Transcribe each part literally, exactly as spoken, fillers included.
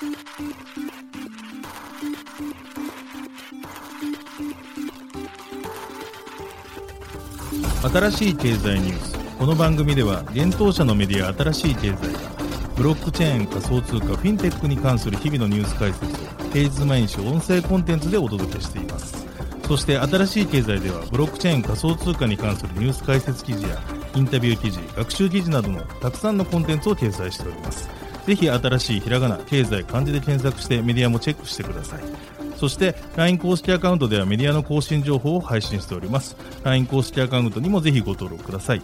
新しい経済ニュース。この番組では現当社のメディア新しい経済がブロックチェーン、仮想通貨、フィンテックに関する日々のニュース解説を平日毎日音声コンテンツでお届けしています。そして新しい経済ではブロックチェーン、仮想通貨に関するニュース解説記事やインタビュー記事、学習記事などのたくさんのコンテンツを掲載しております。ぜひ新しいひらがな、経済、漢字で検索してメディアもチェックしてください。そして ライン 公式アカウントではメディアの更新情報を配信しております。 ライン 公式アカウントにもぜひご登録ください。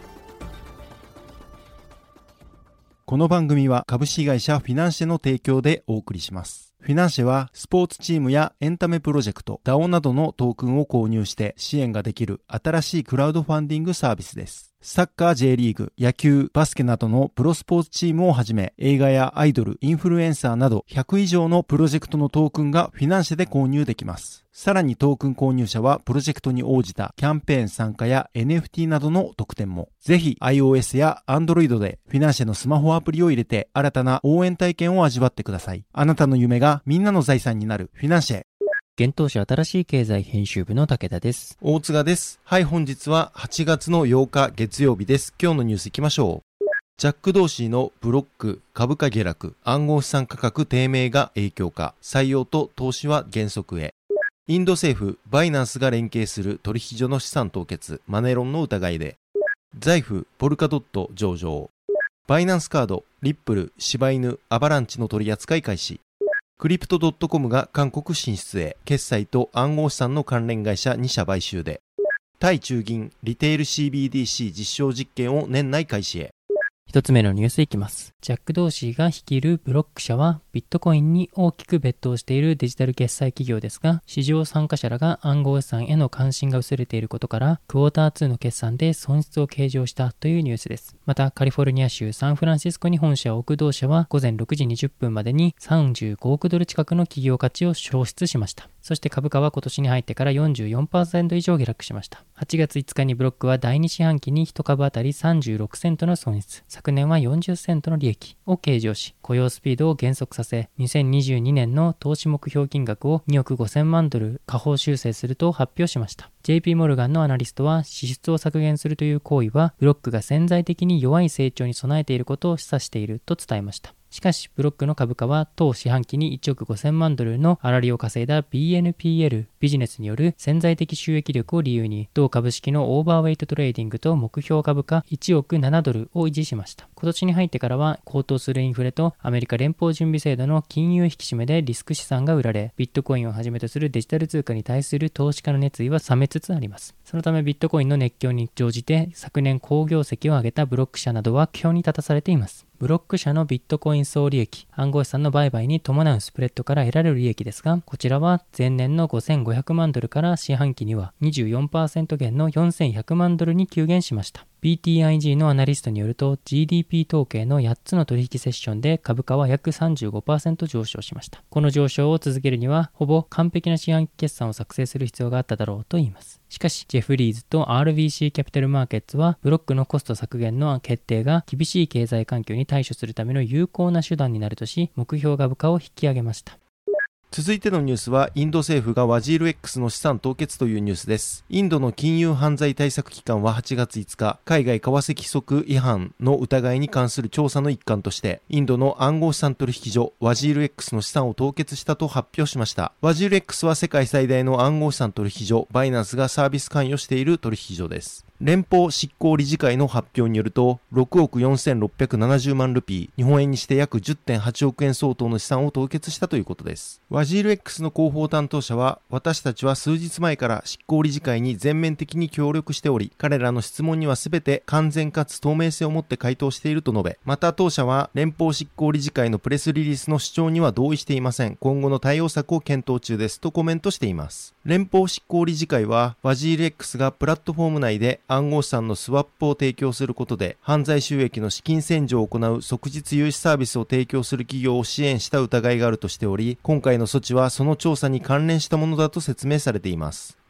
この番組は株式会社フィナンシェの提供でお送りします。フィナンシェはスポーツチームやエンタメプロジェクト、ダオ などのトークンを購入して支援ができる新しいクラウドファンディングサービスです。サッカー J リーグ、野球、バスケなどのプロスポーツチームをはじめ、映画やアイドル、インフルエンサーなどひゃく以上のプロジェクトのトークンがフィナンシェで購入できます。さらにトークン購入者はプロジェクトに応じたキャンペーン参加や エヌエフティー などの特典も。ぜひ iOS や Android でフィナンシェのスマホアプリを入れて新たな応援体験を味わってください。あなたの夢がみんなの財産になるフィナンシェ。 現当社新しい経済編集部の武田です。 大塚です。はい、本日ははちがつのようか月曜日です。今日のニュースいきましょう。ジャック・ドーシーのブロック株価下落、暗号資産価格低迷が影響か、採用と投資は減速へ。インド政府、バイナンスが連携する取引所の資産凍結、マネロンの疑いで。財布、ポルカドット上場。バイナンスカード、リップル、柴犬、アバランチの取り扱い開始。クリプト .com が韓国進出へ、決済と暗号資産の関連会社に社買収で。対中銀、リテール シービーディーシー 実証実験を年内開始へ。 一つ目のニュースいきます。ジャック・ドーシーが率いるブロック社はビットコインに大きくベットをしているデジタル決済企業ですが、市場参加者らが暗号資産への関心が薄れていることから、クォーターツーの決算で損失を計上したというニュースです。また、カリフォルニア州サンフランシスコに本社を置く同社は午前ろくじにじゅっぷんまでにさんじゅうごおくドル近くの企業価値を創出しました。そして株価は今年に入ってから よんじゅうよんパーセント 以上下落しました。はちがついつかにブロックはだいに四半期にいち株当たりさんじゅうろくセントの損失、昨年はよんじゅっセントの利益を計上し、雇用スピードを減速させ、にせんにじゅうにねんの投資目標金額をにおくごせんまんドル下方修正すると発表しました。ジェイピー モルガンのアナリストは、支出を削減するという行為は、ブロックが潜在的に弱い成長に備えていることを示唆していると伝えました。しかし、ブロックの株価は当四半期にいちおくごせんまんドルの粗利を稼いだ ビーエヌピーエル ビジネスによる潜在的収益力を理由に、同株式のオーバーウェイトトレーディングと目標株価いちおくななドルを維持しました。今年に入ってからは高騰するインフレとアメリカ連邦準備制度の金融引き締めでリスク資産が売られ、ビットコインをはじめとするデジタル通貨に対する投資家の熱意は冷めつつあります。そのためビットコインの熱狂に乗じて昨年好業績を上げたブロック社などは苦境に立たされています。ブロック社のビットコイン総利益、暗号資産の売買に伴うスプレッドから得られる利益ですが、こちらは前年のごせんごひゃくまんドルから四半期には にじゅうよんパーセント 減のよんせんひゃくまんドルに急減しました。ビーティーアイジー のアナリストによると ジーディーピー 統計のやっつの取引セッションで株価は約 さんじゅうごパーセント 上昇しました。この上昇を続けるにはほぼ完璧な四半期決算を作成する必要があっただろうと言います。しかしジェフリーズと アールビーシー キャピタルマーケッツはブロックのコスト削減の決定が厳しい経済環境に対処するための有効な手段になるとし、目標株価を引き上げました。 続いてのニュースは、インド政府がワジール X の資産凍結というニュースです。インドの金融犯罪対策機関ははちがついつか、海外為替規則違反の疑いに関する調査の一環として、インドの暗号資産取引所ワジール X の資産を凍結したと発表しました。ワジール X は世界最大の暗号資産取引所バイナンスがサービス関与している取引所です。連邦執行理事会の発表によると、ろくおくよんせんろっぴゃくななじゅうまんルピー、日本円にして約 じゅってんはちおくえん相当の資産を凍結したということです。ワジール X の広報担当者は、私たちは数日前から執行理事会に全面的に協力しており、彼らの質問にはすべて完全かつ透明性を持って回答していると述べ、また当社は連邦執行理事会のプレスリリースの主張には同意していません。今後の対応策を検討中ですとコメントしています。連邦執行理事会は、ワジール X がプラットフォーム内で暗号資産のスワップを提供することで、犯罪収益の資金洗浄を行う即日融資サービスを提供する企業を支援した疑いがあるとしており、今回の措置はその調査に関連したものだと説明されています。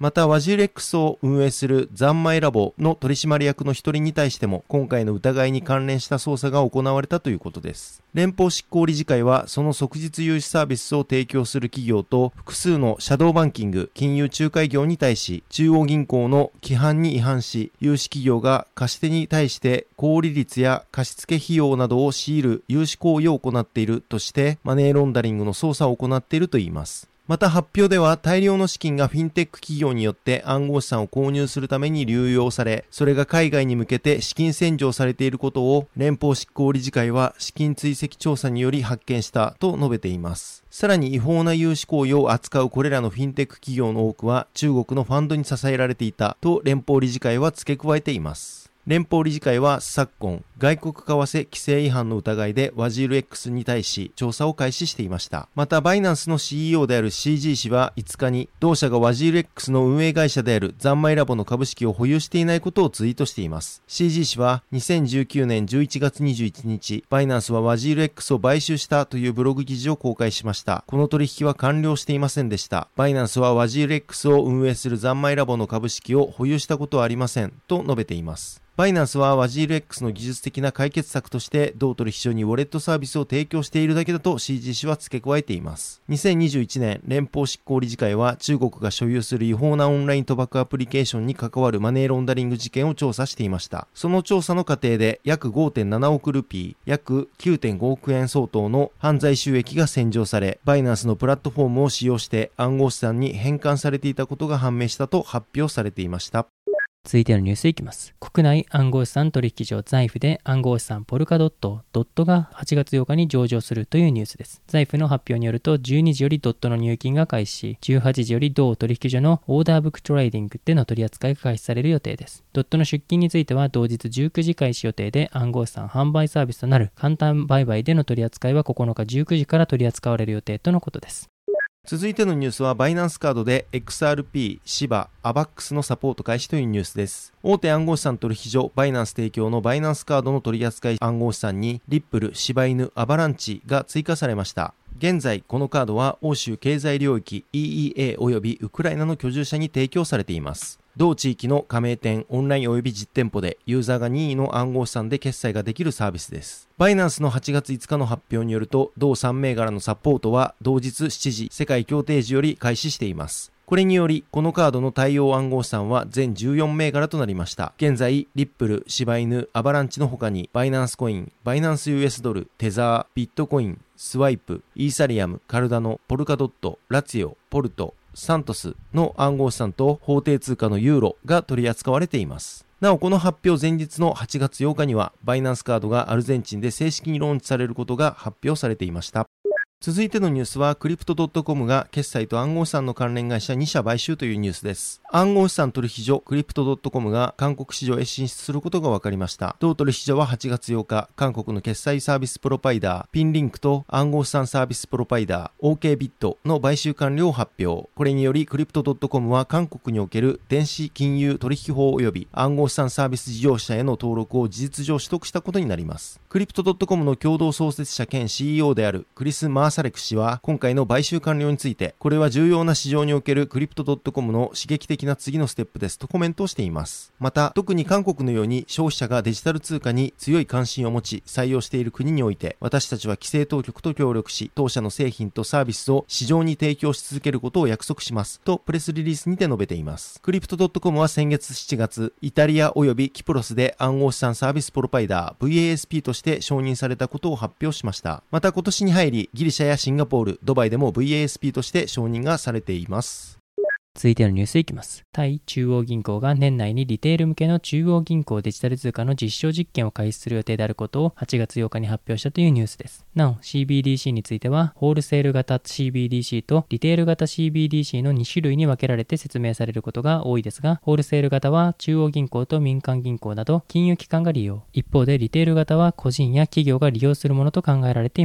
また、ワジール X を運営する残米ラボの取締役の一人に対しても、今回の疑いに関連した捜査が行われたということです。連邦執行理事会は、その即日融資サービスを提供する企業と、複数のシャドーバンキング、金融仲介業に対し、中央銀行の規範に違反し、融資企業が貸し手に対して高利率や貸付費用などを強いる融資行為を行っているとして、マネーロンダリングの捜査を行っているといいます。また発表では大量の資金がフィンテック企業によって暗号資産を購入するために流用され、それが海外に向けて資金洗浄されていることを連邦執行理事会は資金追跡調査により発見したと述べています。さらに違法な融資行為を扱うこれらのフィンテック企業の多くは中国のファンドに支えられていたと連邦理事会は付け加えています。連邦理事会は昨今、外国為替規制違反の疑いでワジール X に対し調査を開始していました。また、バイナンスの シーイーオー である シージー 氏はいつかに、同社がワジール X の運営会社である残米ラボの株式を保有していないことをツイートしています。シージー 氏はにせんじゅうきゅうねんじゅういちがつにじゅういちにち、バイナンスはワジール X を買収したというブログ記事を公開しました。この取引は完了していませんでした。バイナンスはワジール X を運営する残米ラボの株式を保有したことはありませんと述べています。バイナンスはワジール X の技術的な解決策として同取引所にウォレットサービスを提供しているだけだと シージー 氏は付け加えています。にせんにじゅういちねん、連邦執行理事会は中国が所有する違法なオンライン賭博アプリケーションに関わるマネーロンダリング事件を調査していました。その調査の過程で約 ごてんななおくルピー、約 きゅうてんごおくえん相当の犯罪収益が洗浄され、バイナンスのプラットフォームを使用して暗号資産に変換されていたことが判明したと発表されていました。 続いてのニュースいきます。国内暗号資産取引所ザイフで暗号資産ポルカドット、ドットがはちがつようかに上場するというニュースです。ザイフの発表によるとじゅうにじよりドットの入金が開始し、じゅうはちじより同取引所のオーダーブックトレーディングでの取り扱いが開始される予定です。ドットの出金については同日じゅうくじ開始予定で、暗号資産販売サービスとなる簡単売買での取り扱いはここのかじゅうくじから取り扱われる予定とのことです。 続いてのニュースはバイナンスカードで エックスアールピー、シバ、アバックスのサポート開始というニュースです。大手暗号資産取引所バイナンス提供のバイナンスカードの取り扱い暗号資産にリップル、シバイヌ、アバランチが追加されました。現在、このカードは欧州経済領域 イーイーエー およびウクライナの居住者に提供されています。同地域の加盟店、オンラインおよび実店舗でユーザーが任意の暗号資産で決済ができるサービスです。バイナンスのはちがついつかの発表によると、同さん銘柄のサポートは同日しちじ世界協定時より開始しています。これにより、このカードの対応暗号資産は全じゅうよん銘柄となりました。現在、リップル、シバイヌ、アバランチの他に、バイナンスコイン、バイナンス ユーエス ドル、テザー、ビットコイン、スワイプ、イーサリアム、カルダノ、ポルカドット、ラツィオ、ポルト、サントスの暗号資産と法定通貨のユーロが取り扱われています。なお、この発表前日のはちがつようかには、バイナンスカードがアルゼンチンで正式にローンチされることが発表されていました。続いてのニュースは、クリプトドットコム が決済と暗号資産の関連会社にしゃ買収というニュースです。暗号資産取引所クリプトドットコム が韓国市場へ進出することが分かりました。同取引所ははちがつようか、韓国の決済サービスプロバイダー、ピンリンクと暗号資産サービスプロバイダー、オーケービット の買収完了を発表。これにより、クリプトドットコム は韓国における電子金融取引法及び暗号資産サービス事業者への登録を事実上取得したことになります。クリプトドットコム の共同創設者兼 シーイーオー であるクリス・マーサレク氏は、今回の買収完了について、これは重要な市場におけるクリプトドットコム の刺激的な次のステップですとコメントをしています。また、特に韓国のように消費者がデジタル通貨に強い関心を持ち採用している国において、私たちは規制当局と協力し、当社の製品とサービスを市場に提供し続けることを約束しますとプレスリリースにて述べています。クリプトドットコム は先月しちがつ、イタリア及びキプロスで暗号資産サービスプロバイダー ブイエーエスピー として承認されたことを発表しました。また、今年に入り、ギリシャやシンガポール、ドバイでも ブイエーエスピー として承認がされています。 続いてのニュースいきます。タイ中央銀行が年内にリテール向けの中央銀行デジタル通貨の実証実験を開始する予定であることをはちがつようかに発表したというニュースです。なお、シービーディーシー については、ホールセール型 シービーディーシー とリテール型 シービーディーシー のに種類に分けられて説明されることが多いですが、ホールセール型は中央銀行と民間銀行など金融機関が利用。一方でリテール型は個人や企業が利用するものと考えられています。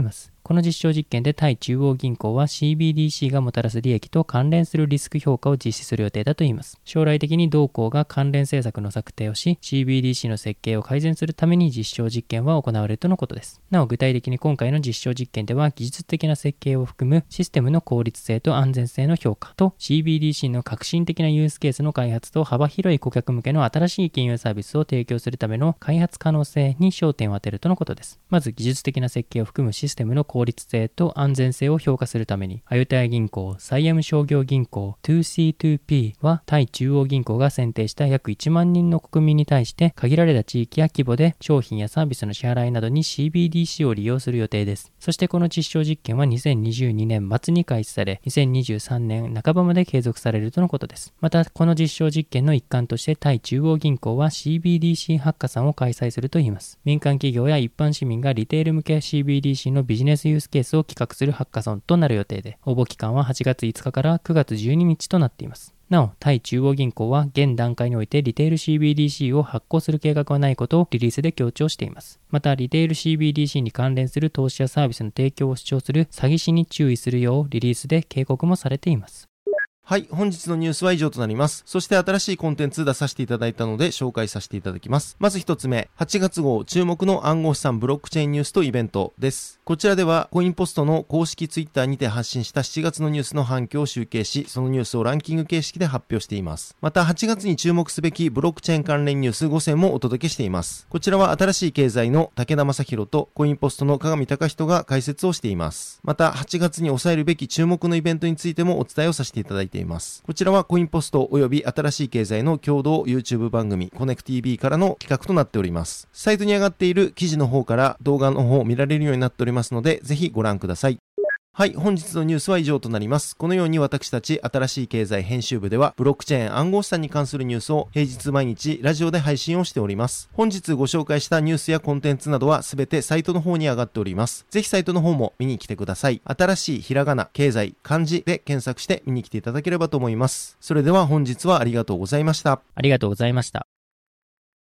この実証実験でタイ中央銀行は シービーディーシー がもたらす利益と関連するリスク評価を実施する予定だといいます。将来的に同行が関連政策の策定をし、シービーディーシー の設計を改善するために実証実験は行われるとのことです。なお具体的に今回の実証実験では、技術的な設計を含むシステムの効率性と安全性の評価と シービーディーシー の革新的なユースケースの開発と幅広い顧客向けの新しい金融サービスを提供するための開発可能性に焦点を当てるとのことです。まず技術的な設計を含むシステムの効率性と安全性を評価するために、アユタヤ銀行、サイアム商業銀行 ツーシーツーピー はタイ中央銀行が選定した約いちまんにんの国民に対して限られた地域や規模で商品やサービスの支払いなどに シービーディーシー を利用する予定です。そしてこの実証実験はにせんにじゅうにねん末に開始され、にせんにじゅうさんねん半ばまで継続されるとのことです。またこの実証実験の一環としてタイ中央銀行は シービーディーシー ハッカソンを開催するといいます。民間企業や一般市民がリテール向け シービーディーシー のビジネスユースケースを企画するハッカソンとなる予定で、応募期間ははちがついつかからくがつじゅうににちとなっています。なお、タイ中央銀行は現段階においてリテール シービーディーシー を発行する計画はないことをリリースで強調しています。また、リテール シービーディーシー に関連する投資やサービスの提供を主張する詐欺師に注意するようリリースで警告もされています。 はい、本日のニュースは以上となります。そして新しいコンテンツ出させていただいたので紹介させていただきます。まず一つ目、はちがつ号注目の暗号資産ブロックチェーンニュースとイベントです。こちらではコインポストの公式ツイッターにて発信したしちがつのニュースの反響を集計し、そのニュースをランキング形式で発表しています。またはちがつに注目すべきブロックチェーン関連ニュースごせんもお届けしています。こちらは新しい経済の武田正宏とコインポストの鏡隆人が解説をしています。またはちがつに抑えるべき注目のイベントについてもお伝えをさせていただいています。こちらはコインポストおよび新しい経済の共同 YouTube 番組コネク ティーブイ からの企画となっております。サイトに上がっている記事の方から動画の方を見られるようになっておりますので、ぜひご覧ください。はい、本日のニュースは以上となります。このように私たち新しい経済編集部ではブロックチェーン暗号資産に関するニュースを平日毎日ラジオで配信をしております。本日ご紹介したニュースやコンテンツなどはすべてサイトの方に上がっております。ぜひサイトの方も見に来てください。新しいひらがな、経済、漢字で検索して見に来ていただければと思います。それでは本日はありがとうございました。 ありがとうございました。